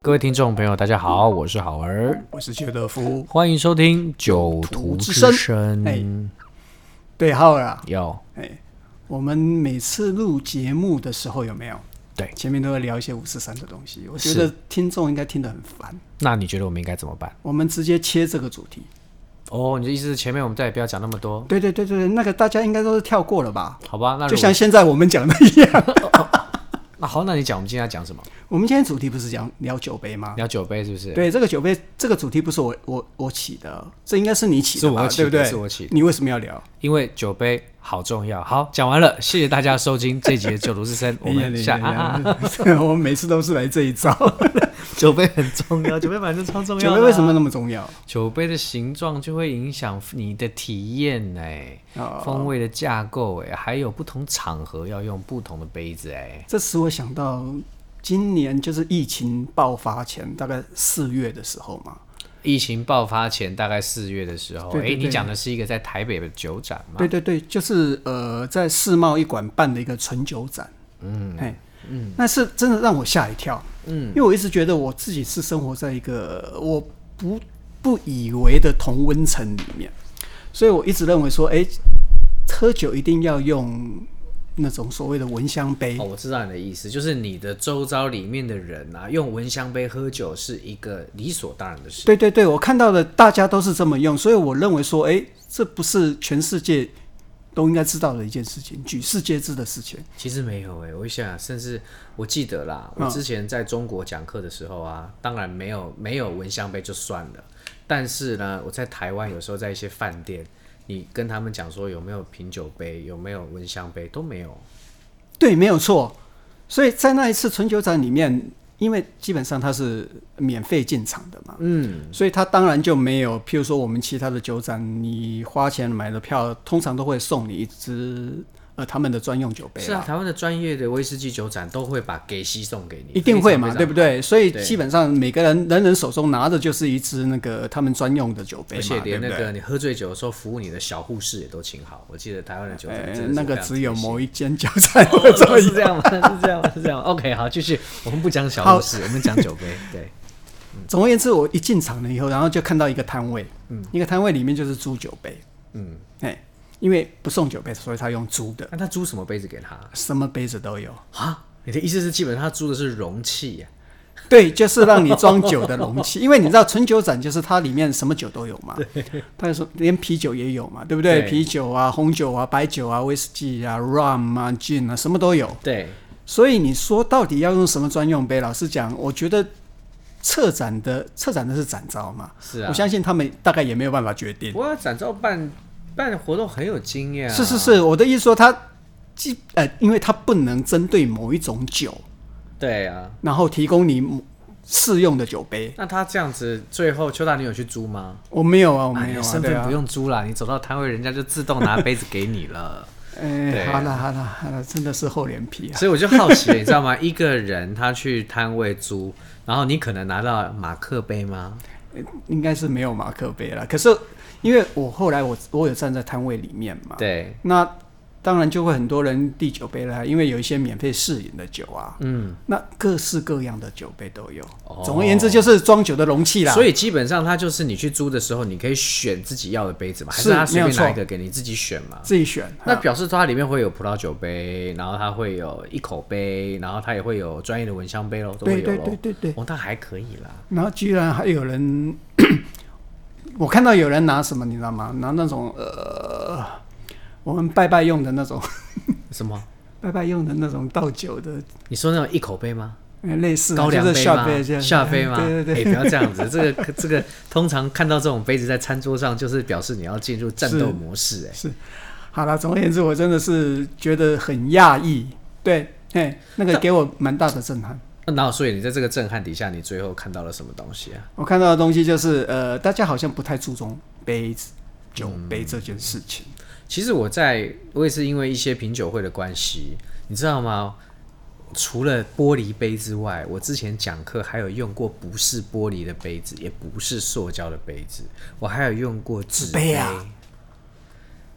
各位听众朋友，大家好，我是好儿， 我是邱德夫， 欢迎收听《酒徒之声》。 对，浩儿啊， 有， 我们每次录节目的时候有没有？ 对， 前面都会聊一些543的东西，我觉得听众应该听得很烦。 那你觉得我们应该怎么办？ 我们直接切这个主题。 哦，你的意思是前面我们再也不要讲那么多？ 对，那个大家应该都是跳过了吧？ 好吧，那就像现在我们讲的一样。 那好，那你讲我们今天要讲什么？ 我们今天主题不是讲聊酒杯吗？ 聊酒杯是不是？ 对，这个酒杯这个主题不是我起的，这应该是你起的吧？ 是我起的， 对不对？ 是我起的。 你为什么要聊？ 因为酒杯好重要。好，讲完了，谢谢大家收听这集的《酒徒之声》。我们下我们每次都是来这一招。 酒杯很重要，酒杯反正超重要。 酒杯为什么那么重要？ 酒杯的形状就会影响你的体验风味的架构还有不同场合要用不同的杯子这使我想到今年就是疫情爆发前大概4月的时候嘛。 疫情爆发前大概4月的时候， 对， 你讲的是一个在台北的酒展吗？ 对，就是在世贸一馆办的一个纯酒展。那是真的让我吓一跳。因为我一直觉得我自己是生活在一个我不以为的同温层里面，所以我一直认为说，喝酒一定要用那种所谓的闻香杯。 我知道你的意思，就是你的周遭里面的人用闻香杯喝酒是一个理所当然的事。 对，我看到的大家都是这么用，所以我认为说，这不是全世界都应该知道的一件事情，举世皆知的事情。 其实没有我想甚至我记得啦，我之前在中国讲课的时候当然没有闻香杯就算了，但是呢，我在台湾有时候在一些饭店，你跟他们讲说有没有品酒杯，有没有闻香杯，都没有。 对，没有错。所以在那一次纯酒展里面，因为基本上它是免费进场的嘛，所以它当然就没有，譬如说我们其他的酒展，你花钱买的票，通常都会送你一支他们的专用酒杯。 是啊，台湾的专业的威士忌酒展都会把给息送给你， 一定会嘛，对不对？所以基本上每个人手中拿的就是一支那个他们专用的酒杯嘛， 而且连那对对个你喝醉酒的时候服务你的小护士也都请好。我记得台湾的酒展真的是那个只有某一间酒展是这样吗？是这样。OK， 好，继续。我们不讲小护士，我们讲酒杯。对。 总而言之，我一进场了以后，然后就看到一个摊位，一个摊位里面就是租酒杯，因为不送酒杯，所以他用租的。 那他租什么杯子给他？ 什么杯子都有啊？你的意思是基本上他租的是容器对，就是让你装酒的容器。因为你知道纯酒展就是它里面什么酒都有嘛，他说连啤酒也有嘛，对不对？啤酒啊、红酒啊、白酒啊、威士忌啊、rum 啊、gin 啊，什么都有。 对， 所以你说到底要用什么专用杯？老实讲，我觉得策展的是展昭嘛， 是啊， 我相信他们大概也没有办法决定。 不过展昭办活动很有经验是，我的意思说他因为他不能针对某一种酒， 对啊， 然后提供你适用的酒杯。那他这样子，最后邱大你有去租吗？ 我没有啊，我没有身份不用租啦，你走到摊位，人家就自动拿杯子给你了。 好了，真的是厚脸皮所以我就好奇了，你知道吗？一个人他去摊位租，然后你可能拿到马克杯吗？ 应该是没有马克杯啦。可是因为我后来我有站在摊位里面嘛， 对， 那当然就会很多人递酒杯来，因为有一些免费试饮的酒那各式各样的酒杯都有。总而言之，就是装酒的容器啦。 所以基本上它就是你去租的时候，你可以选自己要的杯子嘛，还是他随便拿一个给你自己选嘛？ 自己选。 那表示说它里面会有葡萄酒杯，然后它会有一口杯，然后它也会有专业的闻香杯咯，都会有咯。 对， 那还可以啦。 然后居然还有人，我看到有人拿什么，你知道吗？拿那种我们拜拜用的那种什么？ 拜拜用的那种倒酒的。 你说那种一口杯吗？ 类似高粱杯吗？下杯吗？ 对， 不要这样子。这个通常看到这种杯子在餐桌上，就是表示你要进入战斗模式。 是。好了，总而言之，我真的是觉得很讶异。对，那个给我蛮大的震撼。 那所以你在这个震撼底下，你最后看到了什么东西啊？ 我看到的东西就是大家好像不太注重杯子、酒杯这件事情。 其实我也是因为一些品酒会的关系，你知道吗？除了玻璃杯之外，我之前讲课还有用过不是玻璃的杯子，也不是塑胶的杯子，我还有用过纸杯。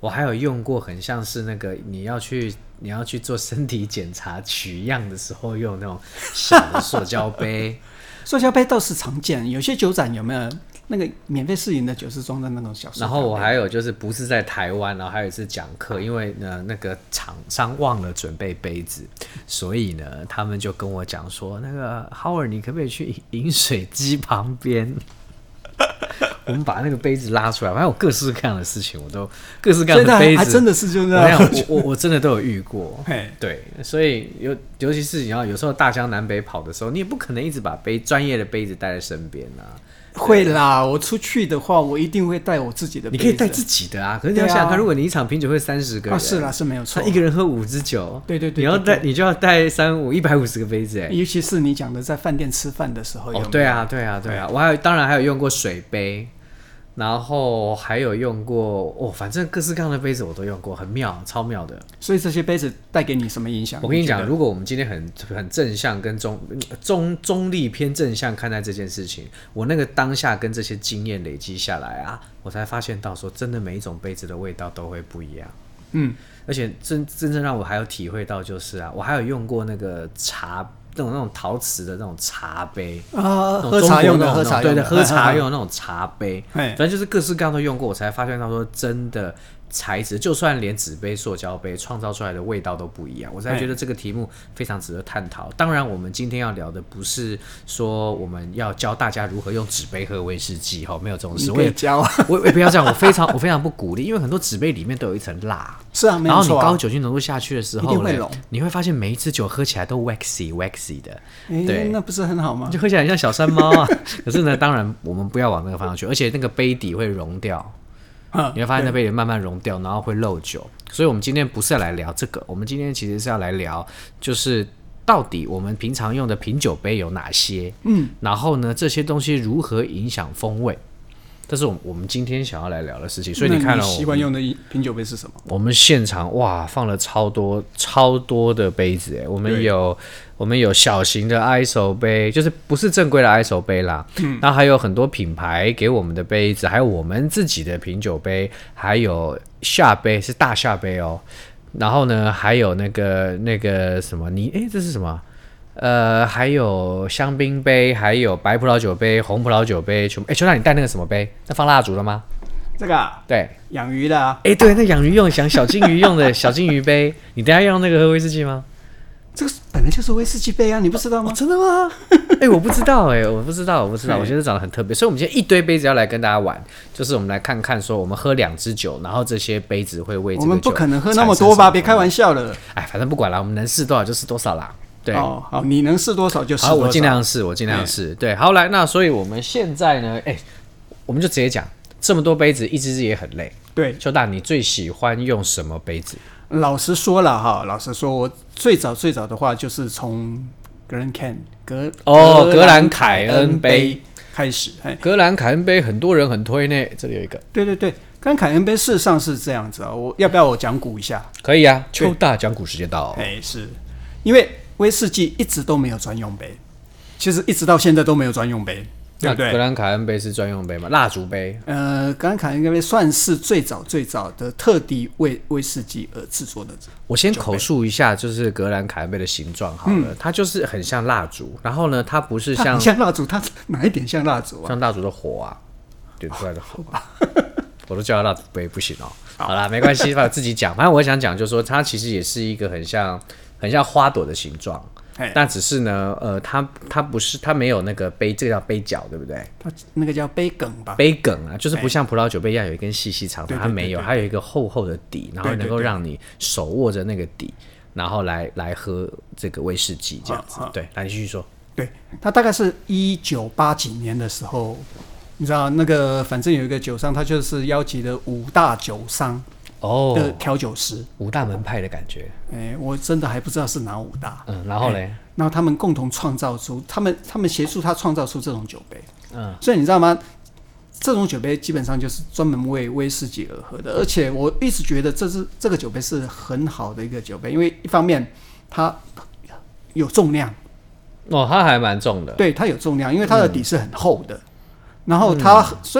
我还有用过很像是那个你要去做身体检查取样的时候用那种小的塑胶杯。 塑胶杯倒是常见，有些酒展有没有那个免费试饮的酒是装在那种小塑胶杯？ 然后我还有就是不是在台湾，然后还有一次讲课，因为呢那个厂商忘了准备杯子，所以呢他们就跟我讲说，那个 Howard 你可不可以去饮水机旁边？我们把那个杯子拉出来，反正有各式各样的事情，我都各式各样的杯子， 还真的是就这样。 我真的都有遇过，对，所以尤其是你要有时候大江南北跑的时候，你也不可能一直把专业的杯子带在身边啊。 会啦，我出去的话，我一定会带我自己的杯子。 你可以带自己的啊，可是你要想想看，如果你一场品酒会30个人， 是啦，是没有错， 他一个人喝5支酒， 对， 你就要带150个杯子， 尤其是你讲的在饭店吃饭的时候， 对啊，我当然还有用过水杯。然后还有用过反正各式各样的杯子我都用过，很妙，超妙的。 所以这些杯子带给你什么影响？ 我跟你讲，如果我们今天很正向跟中立偏正向看待这件事情，我那个当下跟这些经验累积下来啊，我才发现到说，真的每一种杯子的味道都会不一样。而且真正让我还有体会到就是啊，我还有用过那个茶。那种陶瓷的那种茶杯啊，喝茶用的，喝茶用的那种茶杯，反正就是各式各样都用过，我才发现到说真的材质，就算连纸杯、塑胶杯创造出来的味道都不一样，我才觉得这个题目非常值得探讨。当然，我们今天要聊的不是说我们要教大家如何用纸杯喝威士忌，没有这种事。 我也教， 我也不要这样，我非常不鼓励，因为很多纸杯里面都有一层蜡。 是啊，没有错啊。 然后你高酒精浓度下去的时候，一定会溶，你会发现每一支酒喝起来都 waxy 的，对， 那不是很好吗？ 就喝起来很像小山猫啊。可是呢，当然我们不要往那个方向去，而且那个杯底会溶掉。你会发现那杯底慢慢溶掉，然后会漏酒。所以我们今天不是要来聊这个，我们今天其实是要来聊，就是到底我们平常用的品酒杯有哪些？然后呢，这些东西如何影响风味？这是我们今天想要来聊的事情。所以你看了， 你习惯用的品酒杯是什么？ 我们现场放了超多的杯子哎，我们有小型的 ISO 杯，就是不是正规的 ISO 杯啦。然后还有很多品牌给我们的杯子，还有我们自己的品酒杯，还有下杯是大下杯哦。然后呢，还有那个什么这是什么？还有香槟杯，还有白葡萄酒杯、红葡萄酒杯，全部。邱大，你带那个什么杯？那放蜡烛了吗？ 这个对， 养鱼的啊。 对，那养鱼用小金鱼用的小金鱼杯，你等一下要用那个喝威士忌吗？ 这个本来就是威士忌杯啊，你不知道吗？ 真的吗？我不知道我不知道，我觉得长得很特别，所以我们今天一堆杯子要来跟大家玩，就是我们来看看说我们喝2支酒，然后这些杯子会为这个酒， 我们不可能喝那么多吧？别开玩笑了。 反正不管了，我们能试多少就试多少啦。对， 好，你能试多少就试多少。 好，我尽量试。对，好，来，那所以我们现在呢，我们就直接讲，这么多杯子，一支也很累。对，邱大，你最喜欢用什么杯子？ 老实说，我最早的话就是从格兰凯恩杯开始。 格兰凯恩杯很多人很推呢，这里有一个。 对，格兰凯恩杯事实上是这样子啊，要不要我讲古一下？ 可以啊，邱大讲古时间到。 是因为威士忌一直都没有专用杯，其实一直到现在都没有专用杯，对不对？ 格兰凯恩杯是专用杯吗？蜡烛杯？ 格兰凯恩杯算是最早的特地为威士忌而制作的。 我先口述一下，就是格兰凯恩杯的形状好了，它就是很像蜡烛，然后呢，它不是像蜡烛，它哪一点像蜡烛啊？ 像蜡烛的火啊，点出来的火。我都叫它蜡烛杯，不行哦。好啦，没关系，反正自己讲。反正我想讲，就是说它其实也是一个很像花朵的形状，但只是呢，它不是，它没有那个杯，这个叫杯角，对不对？ 它那个叫杯梗吧？ 杯梗啊，就是不像葡萄酒杯一样有一根细细长的，它没有，它有一个厚厚的底，然后能够让你手握着那个底，然后来喝这个威士忌这样子。对，来你继续说。 对，它大概是1980几年的时候，你知道那个，反正有一个酒商，他就是邀集了5大酒商的调酒师 ，5大门派的感觉。 我真的还不知道是哪5大。 然后嘞， 然后他们共同创造出，他们协助他创造出这种酒杯。所以你知道吗？这种酒杯基本上就是专门为威士忌而喝的，而且我一直觉得这个酒杯是很好的一个酒杯，因为一方面它有重量。 它还蛮重的。 对，它有重量，因为它的底是很厚的。然后所以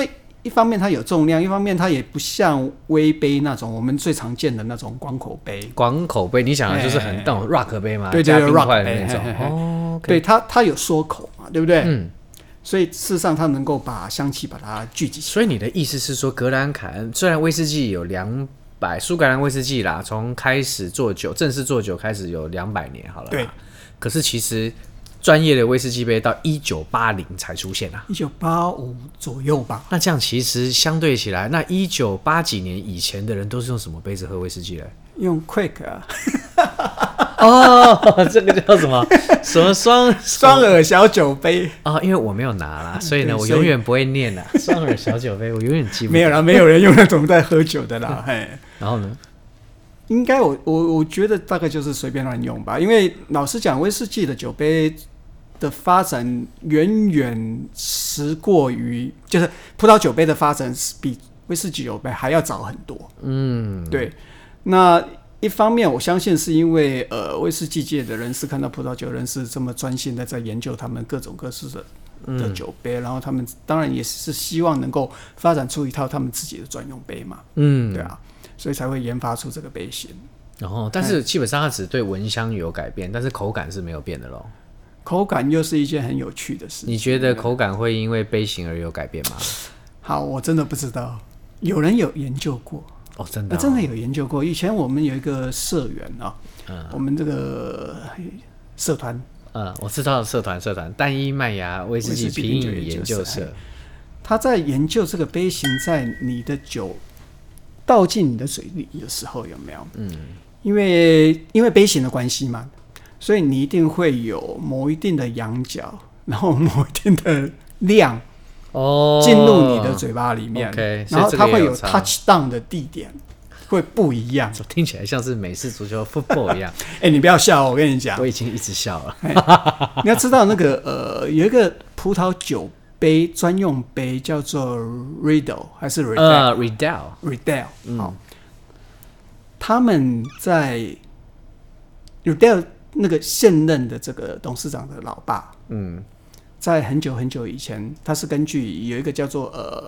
一方面它有重量，一方面它也不像微杯那种我们最常见的那种广口杯。 广口杯，你想的就是很那种 rock 杯嘛， 对加冰 rock 块的杯那种。哦， 对，它有缩口嘛，对不对？ 嗯。 所以事实上它能够把香气把它聚集起来。 所以你的意思是说，格兰凯恩虽然威士忌有苏格兰威士忌啦，从开始做酒正式做酒开始有200年好了， 对。 可是其实专业的威士忌杯到1980才出现啊 ，1985左右吧。 那这样其实相对起来，那1980几年以前的人都是用什么杯子喝威士忌嘞？ 用 Quick 啊。 哦，这个叫什么？什么双耳小酒杯啊？因为我没有拿啦，所以呢，我永远不会念啦。双耳小酒杯，我永远记不。 没有啦，没有人用那种在喝酒的啦。嘿， 然后呢？ 应该我觉得大概就是随便乱用吧，因为老实讲，威士忌的酒杯的发展远远迟过于，就是葡萄酒杯的发展比威士忌酒杯还要早很多。嗯，对。那一方面，我相信是因为威士忌界的人士看到葡萄酒人士这么专心的在研究他们各种各式的酒杯，然后他们当然也是希望能够发展出一套他们自己的专用杯嘛。嗯，对啊，所以才会研发出这个杯型。 然后，但是基本上它只对闻香有改变，但是口感是没有变的咯。 口感又是一件很有趣的事情。 你觉得口感会因为杯型而有改变吗？ 好，我真的不知道，有人有研究过。 哦，真的、哦， 真的有研究过。以前我们有一个社员啊，我们这个社团， 我知道社团单一麦芽威士忌品饮研究社， 他在研究这个杯型在你的酒倒进你的嘴里的时候有没有？因为杯型的关系嘛，所以你一定会有某一定的仰角，然后某一定的量。进入你的嘴巴里面，然后它会有 touch down 的地点会不一样， 听起来像是美式足球 football 一样。 你不要笑，我跟你讲， 我已经一直笑了。 你要知道那个有一个葡萄酒杯专用杯叫做 Riedel 还是 Riedel？Riedel， 好，他们在 Riedel 那个现任的这个董事长的老爸，在很久很久以前，他是根据有一个叫做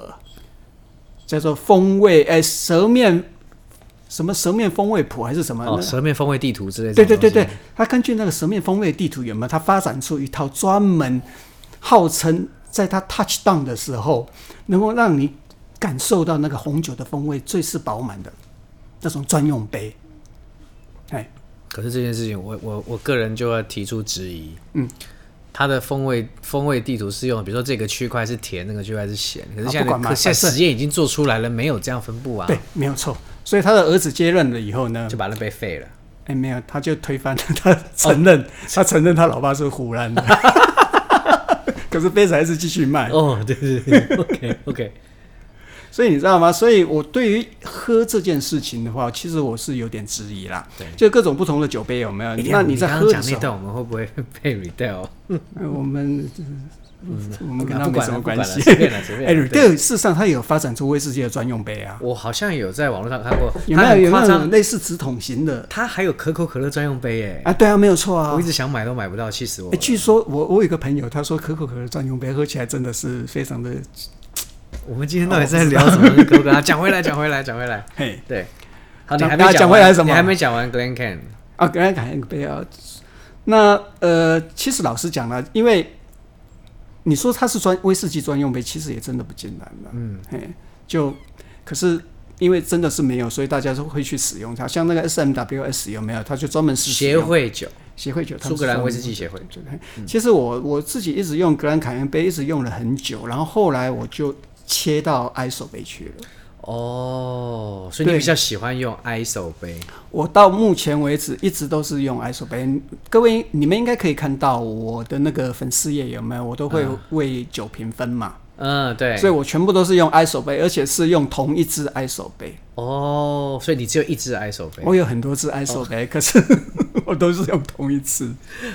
风味舌面风味谱还是什么舌面风味地图之类的。 对，他根据那个舌面风味地图有没有？他发展出一套专门号称在他 touch down 的时候，能够让你感受到那个红酒的风味最是饱满的那种专用杯。 可是这件事情，我个人就要提出质疑。它的风味地图是用，比如说这个区块是甜，那个区块是咸。可是现在实验已经做出来了，没有这样分布啊。 对，没有错。所以他的儿子接任了以后呢， 就把那杯废了。 没有，他就推翻了，他承认他老爸是胡乱的。可是杯子还是继续卖。 对，OK。 所以你知道吗？所以我对于喝这件事情的话，其实我是有点质疑啦。对，就各种不同的酒杯有没有？那你在喝的时候， 讲那段我们会不会被 Riedel？ 我们跟他没什么关系。 随便。 Riedel 事实上它有发展出威士忌的专用杯啊。 我好像有在网络上看过， 有没有类似直筒型的？ 它还有可口可乐专用杯耶。 对啊，没有错啊。 我一直想买都买不到，气死我了。 据说我有一个朋友，他说可口可乐专用杯喝起来真的是非常的。 我们今天到底在聊什么？可不可以讲回来？嘿，对，好，你还没讲回来什么？ 你还没讲完 Glencairn 啊 ，Glencairn 杯啊。那其实老实讲了，因为你说它是威士忌专用杯，其实也真的不简单的。可是因为真的是没有，所以大家都会去使用它。像那个 SMWS 有没有？它就专门是协会酒， 苏格兰威士忌协会。 其实我自己一直用格兰凯恩杯，一直用了很久，然后后来我就切到 ISO 杯去了。 所以你比较喜欢用 ISO 杯？ 我到目前为止一直都是用 ISO 杯。各位，你们应该可以看到我的那个粉丝页有没有？我都会为酒评分嘛。 对。 所以我全部都是用 ISO 杯，而且是用同一支 ISO 杯。 所以你只有一支 ISO 杯？ 我有很多支 ISO 杯，可是我都是用同一支。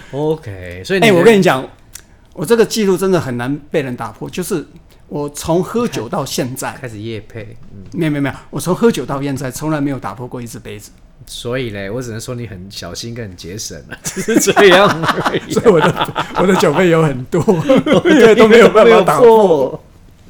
OK， 所以我跟你讲，我这个记录真的很难被人打破，就是我从喝酒到现在开始业配， 没有，我从喝酒到现在从来没有打破过一只杯子。 所以嘞，我只能说你很小心跟很节省了，只是这样而已。 所以我的酒杯有很多，因为都没有办法打破。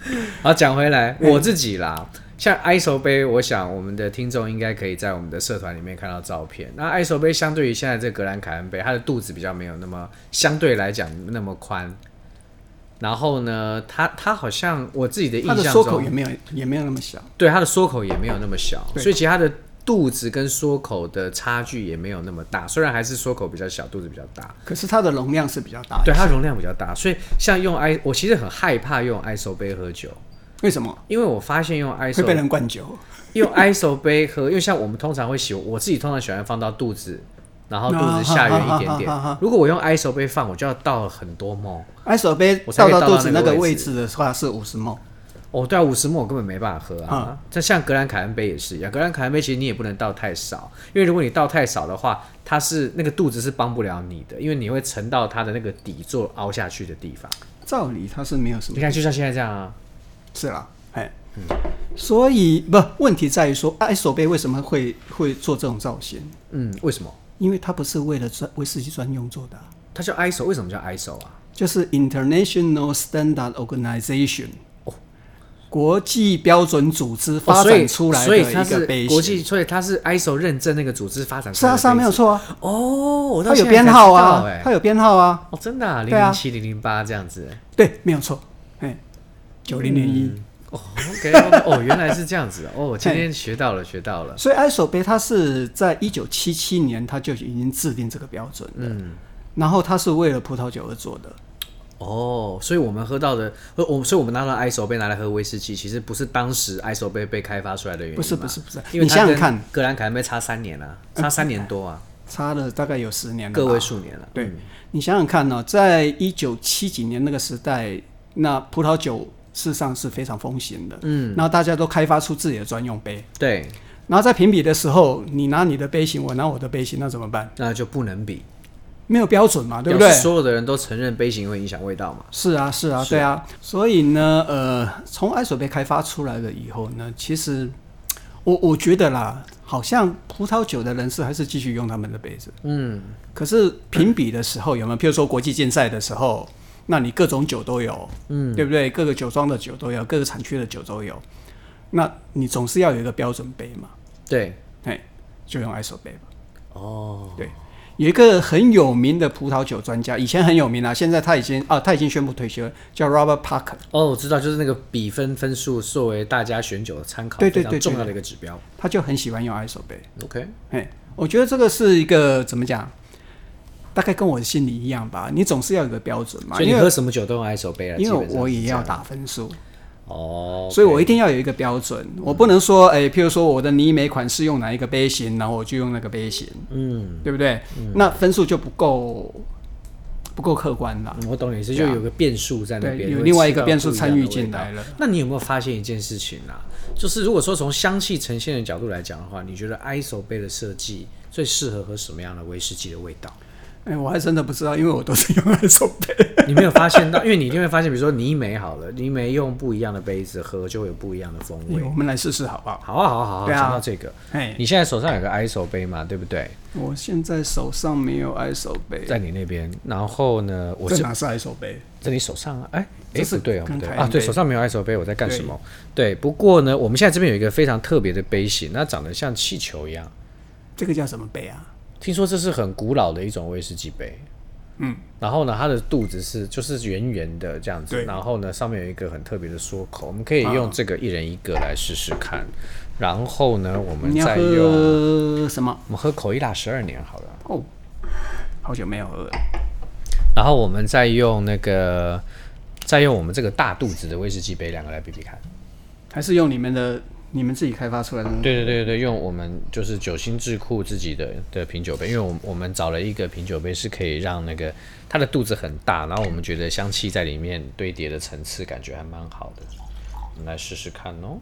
好，讲回来，我自己啦，像 ISO 杯，我想我们的听众应该可以在我们的社团里面看到照片。那 ISO 杯相对于现在这个格兰凯恩杯，它的肚子比较没有那么相对来讲那么宽。然后呢，它好像我自己的印象中， 它的缩口也没有那么小。 对，它的缩口也没有那么小， 对所以其实它的肚子跟缩口的差距也没有那么大。虽然还是缩口比较小，肚子比较大， 可是它的容量是比较大。 对，它容量比较大。所以像用我其实很害怕用 ISO 杯喝酒。 为什么？ 因为我发现用 ISO 会被人灌酒。 用 ISO 杯喝，因为像我们通常会我自己通常喜欢放到肚子，然后肚子下缘一点点。如果我用 ISO 杯放，我就要倒很多ml。 ISO 杯倒到肚子那个位置的话是50ml。 哦，对啊，50ml我根本没办法喝啊。这像格兰凯恩杯也是一样，格兰凯恩杯其实你也不能倒太少，因为如果你倒太少的话，它是那个肚子是帮不了你的，因为你会沉到它的那个底座凹下去的地方。 照理它是没有什么。 你看，就像现在这样啊。 是啦，所以问题在于说，ISO 杯为什么会做这种造型？ 为什么？ 因为它不是为了威士忌专用做的啊。 它叫 ISO， 为什么叫 ISO 啊？ 就是 International Standard Organization，国际标准组织发展出来的一个杯型。 国际，所以它是 ISO 认证那个组织发展出来的杯子。 是啊，没有错啊。 哦， 它有编号啊，它有编号啊。 哦，真的啊，007、008这样子。 对，没有错。9001。 OK， 哦，原来是这样子哦，今天学到了。 所以 ISO 杯它是在1977年它就已经制定这个标准了，然后它是为了葡萄酒而做的。 哦，所以我们喝到的，所以我们拿到 ISO 杯拿来喝威士忌，其实不是当时 ISO 杯被开发出来的原因。 不是， 因为你想想看， 格兰凯恩杯差3年啊，差3年多啊， 差了大概有10年了， 个位数年了。 对，你想想看呢，在1970几年那个时代，那葡萄酒事实上是非常风行的，然后大家都开发出自己的专用杯， 对， 然后在评比的时候，你拿你的杯型，我拿我的杯型，那怎么办？ 那就不能比， 没有标准嘛，对不对？ 所有的人都承认杯型会影响味道嘛。 是啊，对啊。所以呢，从 ISO 杯开发出来了以后呢，其实我觉得啦，好像葡萄酒的人士还是继续用他们的杯子。可是评比的时候有没有？譬如说国际竞赛的时候，那你各种酒都有，对不对？各个酒庄的酒都有，各个产区的酒都有，那你总是要有一个标准杯嘛。 对， 就用 ISO 杯吧。 哦， 对。有一个很有名的葡萄酒专家，以前很有名啊，现在他已经宣布退休了，叫 Robert Parker。 哦，我知道，就是那个比分数作为大家选酒的参考， 对， 非常重要的一个指标。 他就很喜欢用 ISO 杯。 OK， 我觉得这个是一个怎么讲，大概跟我的心里一样吧。你总是要有个标准嘛， 所以你喝什么酒都用 ISO 杯了， 因为我也要打分数。 哦， 所以我一定要有一个标准，我不能说，譬如说我的尼美款是用哪一个杯型，然后我就用那个杯型，对不对？那分数就不够客观了。 我懂你意思，就有个变数在那边， 有另外一个变数参与进来了。 那你有没有发现一件事情啊？就是如果说从香气呈现的角度来讲的话，你觉得 ISO 杯的设计最适合喝什么样的威士忌的味道？ 我还真的不知道，因为我都是用 ISO 杯。 你没有发现到，因为你一定会发现，比如说尼美好了，尼美用不一样的杯子喝，就会有不一样的风味。 我们来试试好不好？ 好啊。讲到这个，你现在手上有个 ISO 杯嘛，对不对？ 我现在手上没有 ISO 杯， 在你那边。然后呢， 这哪是 ISO 杯？ 在你手上啊？ 这是不对哦， 不对啊，对，手上没有 ISO 杯，我在干什么？对，不过呢，我们现在这边有一个非常特别的杯型，那长得像气球一样。 这个叫什么杯啊？ 听说这是很古老的一种威士忌杯。然后呢，它的肚子就是圆圆的这样子，然后呢，上面有一个很特别的缩口，我们可以用这个一人一个来试试看。然后呢，我们再用你要喝什么？ 我们喝口伊拉12年好了。 哦，好久没有喝了。 然后我们再用我们这个大肚子的威士忌杯两个来比比看， 还是用你们自己开发出来的？ 对，用我们就是酒心智库自己的品酒杯，因为我们找了一个品酒杯是可以让那个它的肚子很大，然后我们觉得香气在里面堆叠的层次感觉还蛮好的，我们来试试看哦。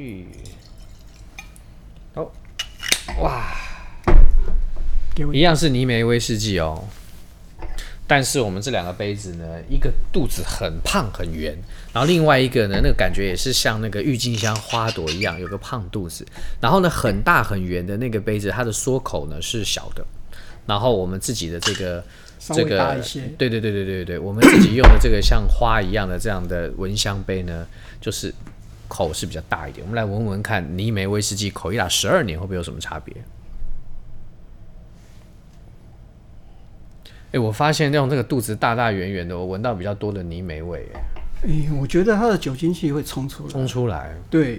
哇，一样是尼美威士忌哦。但是我们这两个杯子呢，一个肚子很胖很圆，然后另外一个呢，那个感觉也是像那个郁金香花朵一样，有个胖肚子。然后呢，很大很圆的那个杯子，它的缩口呢是小的。然后我们自己的这个稍微大一些。 对，我们自己用的这个像花一样的这样的闻香杯呢，就是口是比较大一点。我们来闻闻看，尼梅威士忌口伊拉12年会不会有什么差别？我发现用这个肚子大大圆圆的，我闻到比较多的泥煤味。 我觉得它的酒精气会冲出来。对。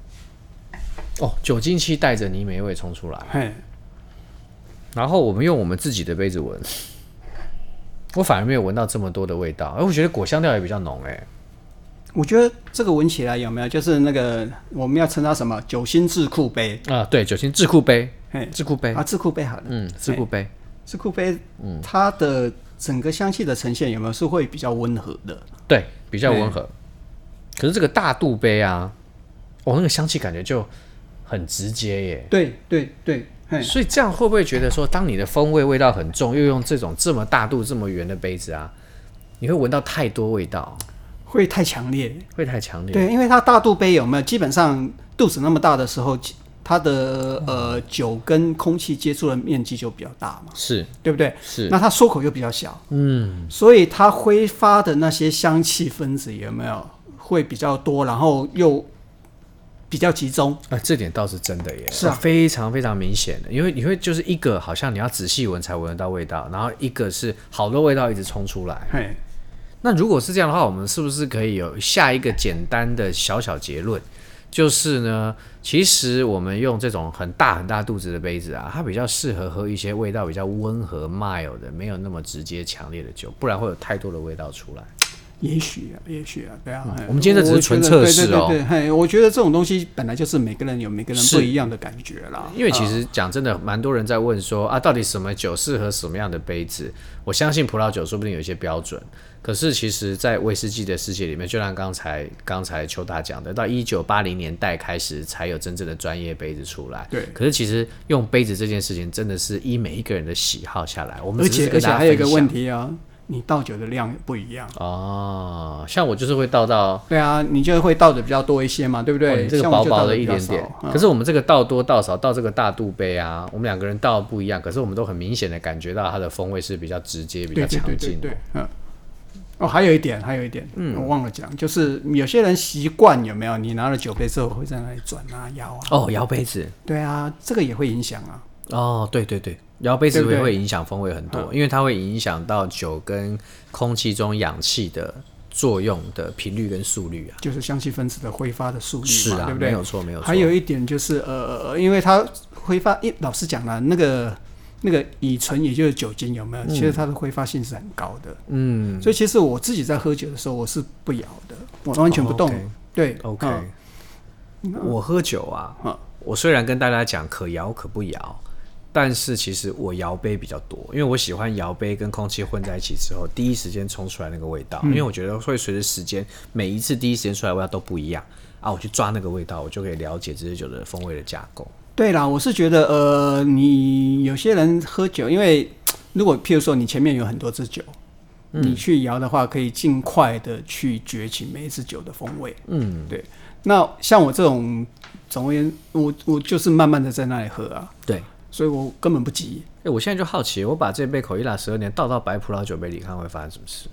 酒精气带着泥煤味冲出来。 嘿。 然后我们用我们自己的杯子闻，我反而没有闻到这么多的味道。我觉得果香调也比较浓。 我觉得这个闻起来有没有就是那个我们要称它什么酒心智库杯啊？对，酒心智库杯。智库杯啊，智库杯好了。 智库杯。 智库杯，它的整个香气的呈现有没有是会比较温和的？ 对，比较温和。可是这个大肚杯啊，那个香气感觉就很直接耶。 对。 所以这样会不会觉得说，当你的风味味道很重，又用这么大肚、这么圆的杯子啊，你会闻到太多味道， 会太强烈。对，因为它大肚杯有没有基本上肚子那么大的时候。它的酒跟空气接触的面积就比较大嘛， 是对不对？ 是。 那它缩口又比较小，所以它挥发的那些香气分子有没有会比较多，然后又比较集中。 这点倒是真的耶， 是啊， 非常非常明显的，因为你会就是一个好像你要仔细闻才闻得到味道，然后一个是好多味道一直冲出来。那如果是这样的话，我们是不是可以有下一个简单的小结论？就是呢，其实我们用这种很大肚子的杯子啊，它比较适合喝一些味道比较温和 mild 的，没有那么直接强烈的酒，不然会有太多的味道出来。 也许啊，对啊。 我们今天这只是纯测试哦。 对，我觉得这种东西本来就是每个人有每个人不一样的感觉啦。 因为其实讲真的，蛮多人在问说到底什么酒适合什么样的杯子？我相信葡萄酒说不定有一些标准。可是其实在威士忌的世界里面，就像刚才邱大讲的，到1980年代开始才有真正的专业杯子出来。 对。 可是其实用杯子这件事情真的是依每一个人的喜好下来。我们而且还有一个问题啊，你倒酒的量不一样像我就是会倒到。 对啊，你就会倒的比较多一些嘛，对不对？ 你这个薄薄的一点点。可是我们这个倒多倒少，倒这个大肚杯啊，我们两个人倒不一样，可是我们都很明显的感觉到它的风味是比较直接、比较强劲的。 还有一点，我忘了讲，就是有些人习惯有没有？你拿了酒杯之后会在那里转啊、摇啊。 摇杯子。 对啊，这个也会影响啊。 对，摇杯子也会影响风味很多，因为它会影响到酒跟空气中氧气的作用的频率跟速率啊， 就是香气分子的挥发的速率嘛， 是啊， 对不对？ 没有错。 还有一点就是因为它挥发，老实讲啦，那个乙醇也就是酒精有没有？其实它的挥发性是很高的。所以其实我自己在喝酒的时候，我是不摇的，我完全不动。对 ，OK。我喝酒啊，我虽然跟大家讲可摇可不摇，但是其实我摇杯比较多，因为我喜欢摇杯跟空气混在一起之后，第一时间冲出来那个味道。因为我觉得会随着时间，每一次第一时间出来的味道都不一样啊，我去抓那个味道，我就可以了解这支酒的风味的架构。 对啦，我是觉得你有些人喝酒，因为如果譬如说你前面有很多支酒，你去摇的话，可以尽快的去崛起每一支酒的风味。对。那像我这种，总而言之，我就是慢慢的在那里喝啊。 对。 所以我根本不急。 我现在就好奇，我把这杯口伊拉12年倒到白葡萄酒杯里，看会发生什么事。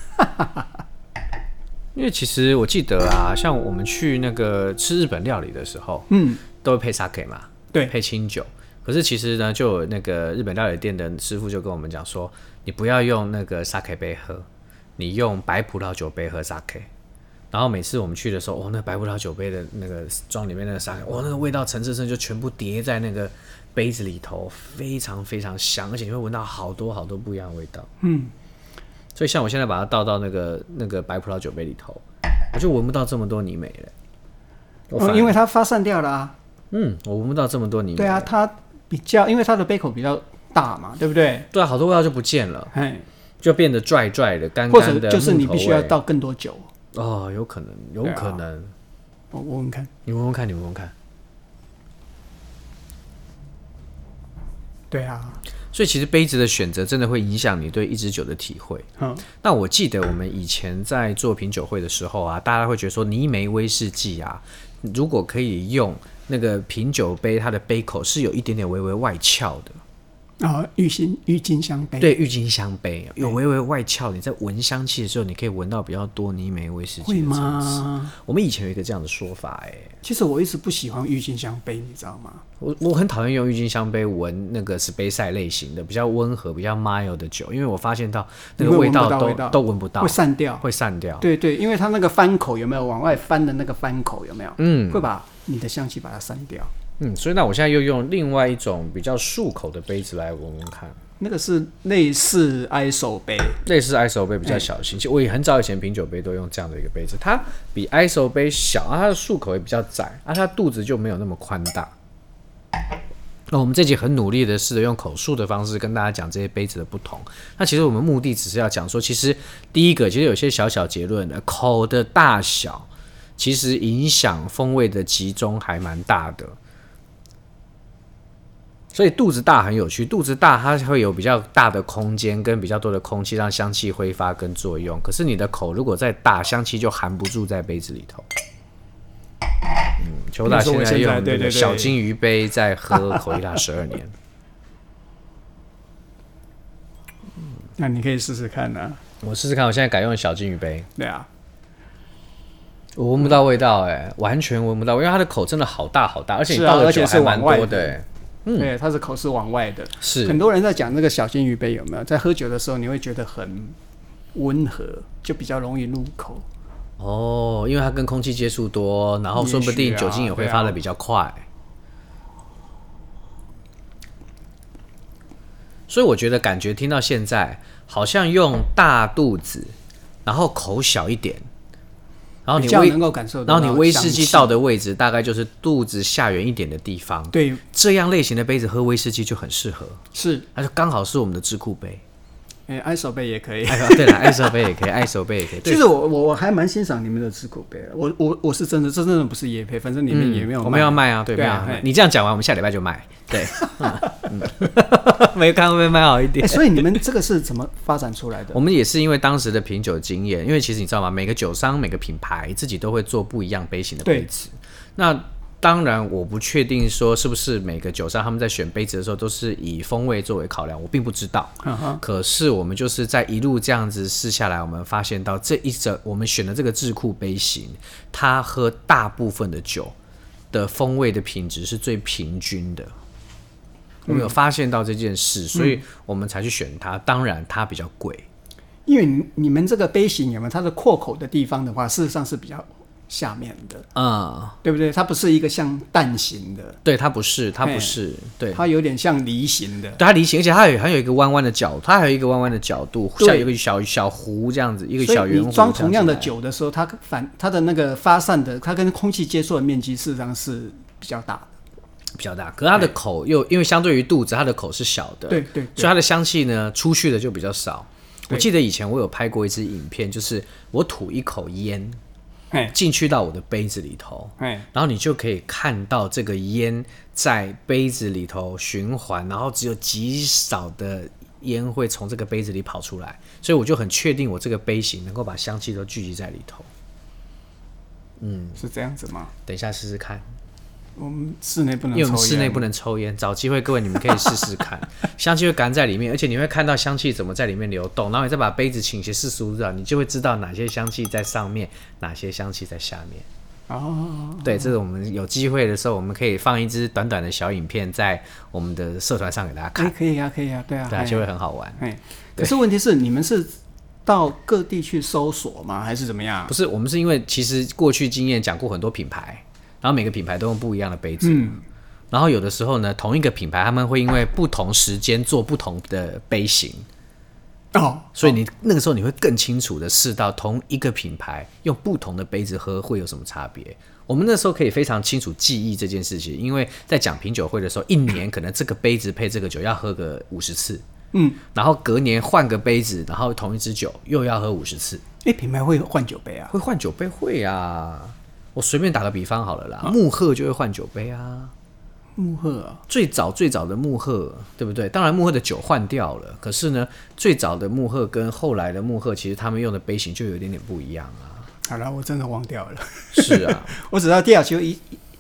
因为其实我记得啊，像我们去那个吃日本料理的时候，都会配 sake 嘛， 对， 配清酒。可是其实呢，就有那个日本料理店的师傅就跟我们讲说，你不要用那个 sake 杯喝，你用白葡萄酒杯喝 sake。然后每次我们去的时候，那白葡萄酒杯的那个装里面那个 sake，那个味道层次就全部叠在那个杯子里头，非常非常香，而且你会闻到好多好多不一样的味道。所以像我现在把它倒到那个白葡萄酒杯里头，我就闻不到这么多泥煤了。 因为它发散掉了啊。 我闻不到这么多泥煤。 对啊，它比较，因为它的杯口比较大嘛，对不对？ 对啊，好多味道就不见了，就变得拽拽的、干干的， 或者就是你必须要倒更多酒。 有可能，有可能。 我闻闻看， 你闻闻看，你闻闻看。 对啊。 所以其实杯子的选择真的会影响你对一支酒的体会。那我记得我们以前在做品酒会的时候啊，大家会觉得说泥煤威士忌啊，如果可以用那个品酒杯，它的杯口是有一点点微微外翘的。 郁金香杯， 对，郁金香杯有微微外翘，你在闻香气的时候，你可以闻到比较多泥煤威士忌的层次。会吗？我们以前有一个这样的说法， 其实我一直不喜欢郁金香杯，你知道吗？ 我很讨厌用郁金香杯闻那个 Speyside 类型的比较温和、比较 mild 的酒，因为我发现到那个味道都闻不到， 会散掉， 会散掉。 对对，因为它那个翻口有没有往外翻的那个翻口有没有？会把你的香气把它散掉。 所以那我现在又用另外一种比较漱口的杯子来闻闻看。 那个是类似 ISO 杯， 类似 ISO 杯比较小型。我也很早以前品酒杯都用这样的一个杯子，它比 ISO 杯小，它的漱口也比较窄，它肚子就没有那么宽大。那我们这集很努力的试着用口述的方式跟大家讲这些杯子的不同。那其实我们目的只是要讲说，其实第一个，其实有些小结论的，口的大小其实影响风味的集中还蛮大的。所以肚子大很有趣，肚子大它会有比较大的空间跟比较多的空气让香气挥发跟作用。可是你的口如果再大，香气就含不住在杯子里头。邱大现在用那个小金鱼杯在喝口伊塔12年。 那你可以试试看啊。 我试试看，我现在改用小金鱼杯。 对啊。 我闻不到味道完全闻不到，因为它的口真的好大好大，而且你倒的酒还蛮多的对，它的口是往外的。 是很多人在讲那个小金鱼杯有没有？在喝酒的时候，你会觉得很温和，就比较容易入口。 因为它跟空气接触多，然后说不定酒精也挥发的比较快。所以我觉得感觉听到现在，好像用大肚子，然后口小一点。然后比较能够感受到， 然后你威士忌倒的位置大概就是肚子下缘一点的地方。 对， 这样类型的杯子喝威士忌就很适合。 是， 它就刚好是我们的智库杯。 ISO 杯也可以。 对了，ISO 杯也可以，ISO 杯也可以。 其实我还蛮欣赏你们的智库杯的。我是真的，这真的不是业配，反正里面也没有卖。 我们要卖啊，对啊。你这样讲完，我们下礼拜就卖。对，没看会不会卖好一点？ 所以你们这个是怎么发展出来的？ 我们也是因为当时的品酒经验，因为其实你知道吗？每个酒商、每个品牌自己都会做不一样杯型的杯子。那当然，我不确定说是不是每个酒商他们在选杯子的时候都是以风味作为考量，我并不知道。可是我们就是在一路这样子试下来，我们发现到我们选的这个智库杯型，它喝大部分的酒的风味的品质是最平均的。我们有发现到这件事，所以我们才去选它。当然，它比较贵， 因为你们这个杯型有没有它的扩口的地方的话，事实上是比较下面的，对不对？它不是一个像蛋形的， 对，它不是，对， 它有点像梨形的， 对，它梨形，而且它还有一个弯弯的角，它还有一个弯弯的角度，像有一个小壶这样子，一个小圆壶。 所以你装同样的酒的时候，它的那个发散的，它跟空气接触的面积事实上是比较大的。 比较大，可是它的口又因为相对于肚子，它的口是小的， 对， 所以它的香气呢出去的就比较少。我记得以前我有拍过一支影片，就是我吐一口烟进去到我的杯子里头，然后你就可以看到这个烟在杯子里头循环，然后只有极少的烟会从这个杯子里跑出来，所以我就很确定我这个杯型能够把香气都聚集在里头。 是这样子吗？ 等一下试试看。 我们室内不能抽烟， 因为我们室内不能抽烟，找机会各位你们可以试试看，香气会感在里面，而且你会看到香气怎么在里面流动，然后你再把杯子倾斜45度，你就会知道哪些香气在上面，哪些香气在下面。对，这是我们有机会的时候，我们可以放一支短短的小影片在我们的社团上给大家看。 可以啊，对啊， 就会很好玩。 可是问题是，你们是到各地去搜索吗？还是怎么样？ 不是，我们是因为其实过去经验讲过很多品牌。然后每个品牌都用不一样的杯子，然后有的时候呢，同一个品牌他们会因为不同时间做不同的杯型，所以你那个时候你会更清楚的试到同一个品牌用不同的杯子喝会有什么差别。我们那时候可以非常清楚记忆这件事情，因为在讲品酒会的时候，一年可能这个杯子配这个酒要喝个50次，然后隔年换个杯子，然后同一支酒又要喝50次。 品牌会换酒杯啊？ 会换酒杯，会啊。我随便打个比方好了啦，木鹤就会换酒杯啊。 木鹤啊， 最早的木鹤，对不对？当然木鹤的酒换掉了，可是呢，最早的木鹤跟后来的木鹤，其实他们用的杯型就有一点点不一样啊。 好了，我真的忘掉了。 是啊， 我只知道第二球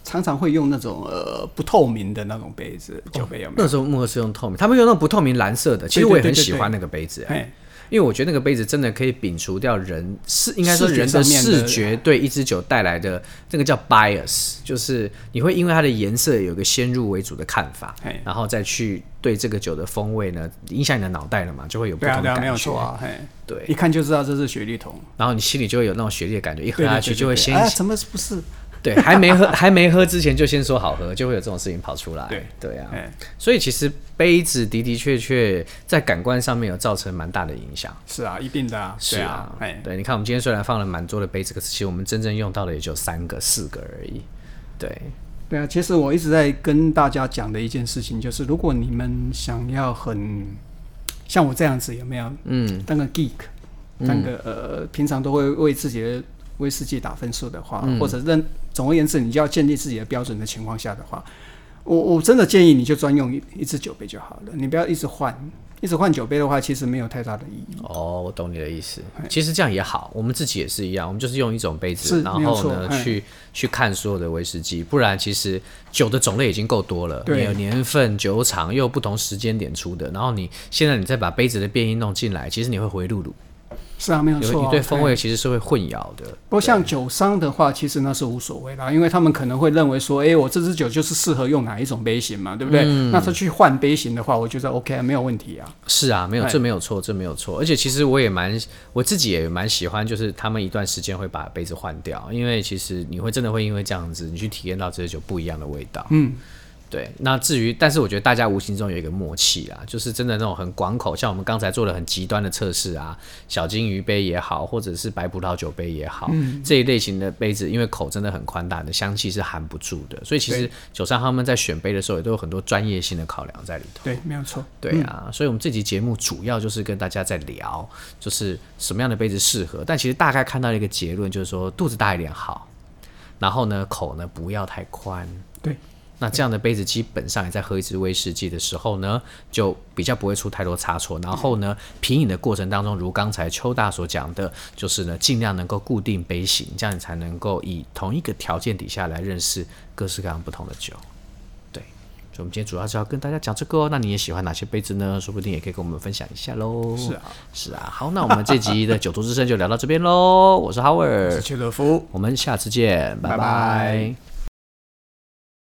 常常会用那种不透明的那种杯子酒杯，有没有？ 那时候木盒是用透明，他们用那种不透明蓝色的，其实我也很喜欢那个杯子。因为我觉得那个杯子真的可以摒除掉应该说人的视觉对一支酒带来的这个叫 bias， 就是你会因为它的颜色有一个先入为主的看法，然后再去对这个酒的风味呢影响你的脑袋了嘛，就会有不同的感觉。 没有错啊， 对， 一看就知道这是雪莉桶， 然后你心里就会有那种雪莉的感觉，一喝下去就会先怎么不是？ 对，还没喝之前就先说好喝，就会有这种事情跑出来。对啊，所以其实杯子的确在感官上面有造成蛮大的影响。 是啊，一定的啊。 是啊，对，你看我们今天虽然放了蛮多的杯子，可是其实我们真正用到的也就3个、4个而已。对啊，其实我一直在跟大家讲的一件事情就是，如果你们想要很像我这样子，有没有？当个 geek， 当个平常都会为自己的威士忌打分数的话，或者总而言之，你就要建立自己的标准的情况下的话，我真的建议你就专用一支酒杯就好了，你不要一直换酒杯的话，其实没有太大的意义。 哦，我懂你的意思。其实这样也好，我们自己也是一样，我们就是用一种杯子，然后呢去看所有的威士忌，不然其实酒的种类已经够多了，你有年份、酒厂，又有不同时间点出的，然后现在你再把杯子的变异弄进来，其实你会回路。 是啊，没有错， 你对风味其实是会混淆的。 不过像酒商的话，其实那是无所谓啦，因为他们可能会认为说，我这支酒就是适合用哪一种杯型嘛，对不对？那他去换杯型的话，我觉得 OK， 没有问题啊。 是啊，这没有错，这没有错。而且其实我自己也蛮喜欢，就是他们一段时间会把杯子换掉，因为其实你真的会因为这样子，你去体验到这些酒不一样的味道。对，那但是我觉得大家无形中有一个默契啦，就是真的那种很广口，像我们刚才做了很极端的测试啊，小金鱼杯也好，或者是白葡萄酒杯也好，这一类型的杯子，因为口真的很宽大，的香气是含不住的，所以其实酒商他们在选杯的时候也都有很多专业性的考量在里头。 对，没有错。 对啊，所以我们这集节目主要就是跟大家在聊，就是什么样的杯子适合，但其实大概看到一个结论，就是说肚子大一点好，然后呢口呢不要太宽。 对。 那这样的杯子基本上你在喝一支威士忌的时候呢，就比较不会出太多差错。然后呢，品饮的过程当中，如刚才邱大所讲的，就是呢，尽量能够固定杯型，这样你才能够以同一个条件底下来认识各式各样不同的酒。对，所以我们今天主要是要跟大家讲这个哦。那你也喜欢哪些杯子呢？说不定也可以跟我们分享一下喽。是啊。好，那我们这集的酒徒之声就聊到这边喽。我是 Howard， 我是邱德夫， 我们下次见，拜拜。